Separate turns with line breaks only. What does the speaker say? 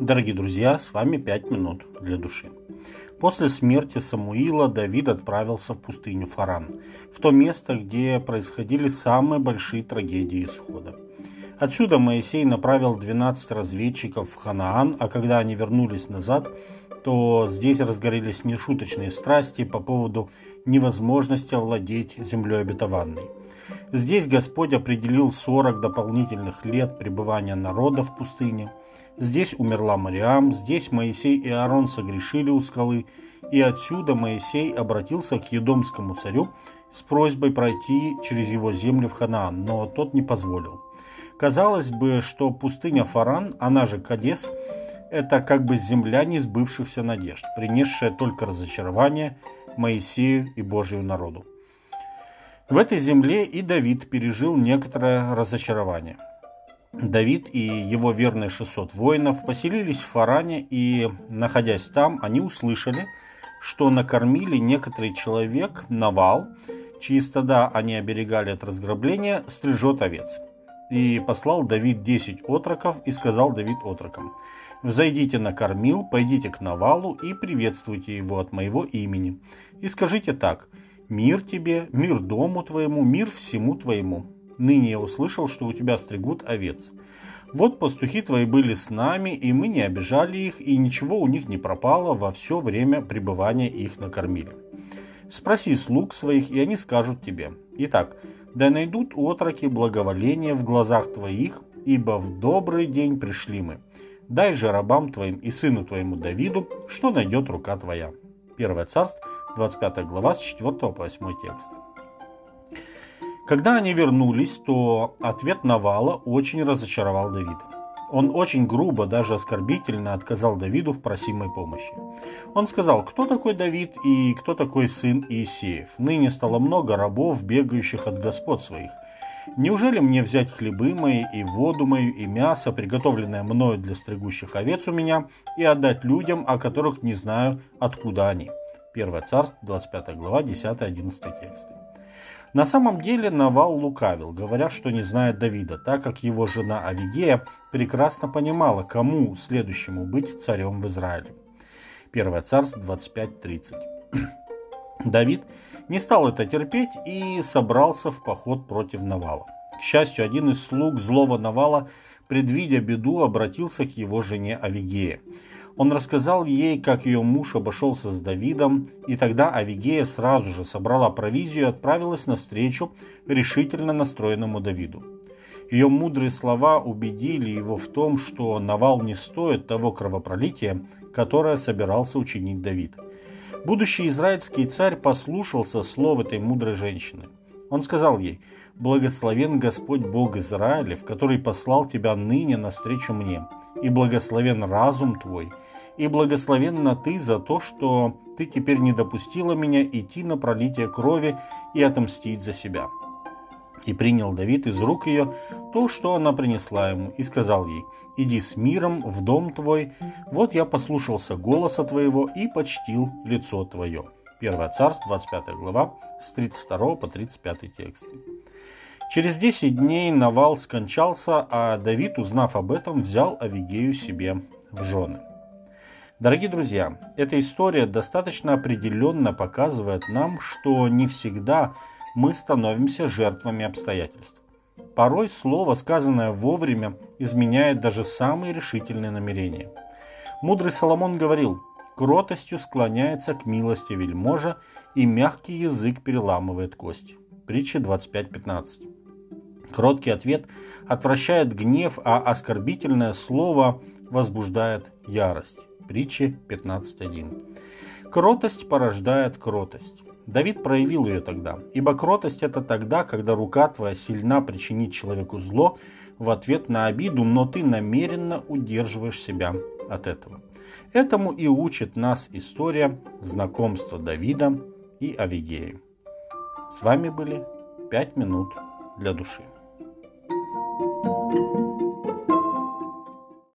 Дорогие друзья, с вами 5 минут для души. После смерти Самуила Давид отправился в пустыню Фаран, в то место, где происходили самые большие трагедии исхода. Отсюда Моисей направил 12 разведчиков в Ханаан, а когда они вернулись назад, то здесь разгорелись нешуточные страсти по поводу невозможности овладеть землей обетованной. Здесь Господь определил 40 дополнительных лет пребывания народа в пустыне. Здесь умерла Мариам, здесь Моисей и Аарон согрешили у скалы, и отсюда Моисей обратился к Едомскому царю с просьбой пройти через его земли в Ханаан, но тот не позволил. Казалось бы, что пустыня Фаран, она же Кадес, это как бы земля несбывшихся надежд, принесшая только разочарование Моисею и Божию народу. В этой земле и Давид пережил некоторое разочарование. Давид и его верные 600 воинов поселились в Фаране, и, находясь там, они услышали, что накормили некоторый человек, Навал, чьи стада они оберегали от разграбления, стрижет овец. И послал Давид 10 отроков, и сказал Давид отрокам: «Взойдите на кормил, пойдите к Навалу и приветствуйте его от моего имени. И скажите так: мир тебе, мир дому твоему, мир всему твоему. Ныне я услышал, что у тебя стригут овец. Вот пастухи твои были с нами, и мы не обижали их, и ничего у них не пропало во все время пребывания их на кормиле. Спроси слуг своих, и они скажут тебе: итак, да найдут отроки благоволение в глазах твоих, ибо в добрый день пришли мы. Дай же рабам твоим и сыну твоему Давиду, что найдет рука твоя». 1 Царств, 25 глава, с 4 по 8 текст. Когда они вернулись, то ответ Навала очень разочаровал Давида. Он очень грубо, даже оскорбительно отказал Давиду в просимой помощи. Он сказал: «Кто такой Давид и кто такой сын Иисеев? Ныне стало много рабов, бегающих от господ своих. Неужели мне взять хлебы мои и воду мою и мясо, приготовленное мною для стригущих овец у меня, и отдать людям, о которых не знаю, откуда они?» 1 Царств, 25 глава, 10-11 тексты. На самом деле Навал лукавил, говоря, что не знает Давида, так как его жена Авигея прекрасно понимала, кому следующему быть царем в Израиле. 1 Царств 25:30. Давид не стал это терпеть и собрался в поход против Навала. К счастью, один из слуг злого Навала, предвидя беду, обратился к его жене Авигее. Он рассказал ей, как ее муж обошелся с Давидом, и тогда Авигея сразу же собрала провизию и отправилась навстречу решительно настроенному Давиду. Ее мудрые слова убедили его в том, что Навал не стоит того кровопролития, которое собирался учинить Давид. Будущий израильский царь послушался слов этой мудрой женщины. Он сказал ей: «Благословен Господь Бог Израилев, который послал тебя ныне навстречу мне, и благословен разум твой, и благословенна ты за то, что ты теперь не допустила меня идти на пролитие крови и отомстить за себя». И принял Давид из рук ее то, что она принесла ему, и сказал ей: «Иди с миром в дом твой, вот я послушался голоса твоего и почтил лицо твое». 1 Царств, 25 глава, с 32 по 35 тексты. Через 10 дней Навал скончался, а Давид, узнав об этом, взял Авигею себе в жены. Дорогие друзья, эта история достаточно определенно показывает нам, что не всегда мы становимся жертвами обстоятельств. Порой слово, сказанное вовремя, изменяет даже самые решительные намерения. Мудрый Соломон говорил: «Кротостью склоняется к милости вельможа, и мягкий язык переламывает кость». Притча 25:15. Кроткий ответ отвращает гнев, а оскорбительное слово возбуждает ярость. Притча 15:1. Кротость порождает кротость. Давид проявил ее тогда, ибо кротость — это тогда, когда рука твоя сильна причинить человеку зло в ответ на обиду, но ты намеренно удерживаешь себя от этого. Этому и учит нас история знакомства Давида и Авигеи. С вами были 5 минут для души.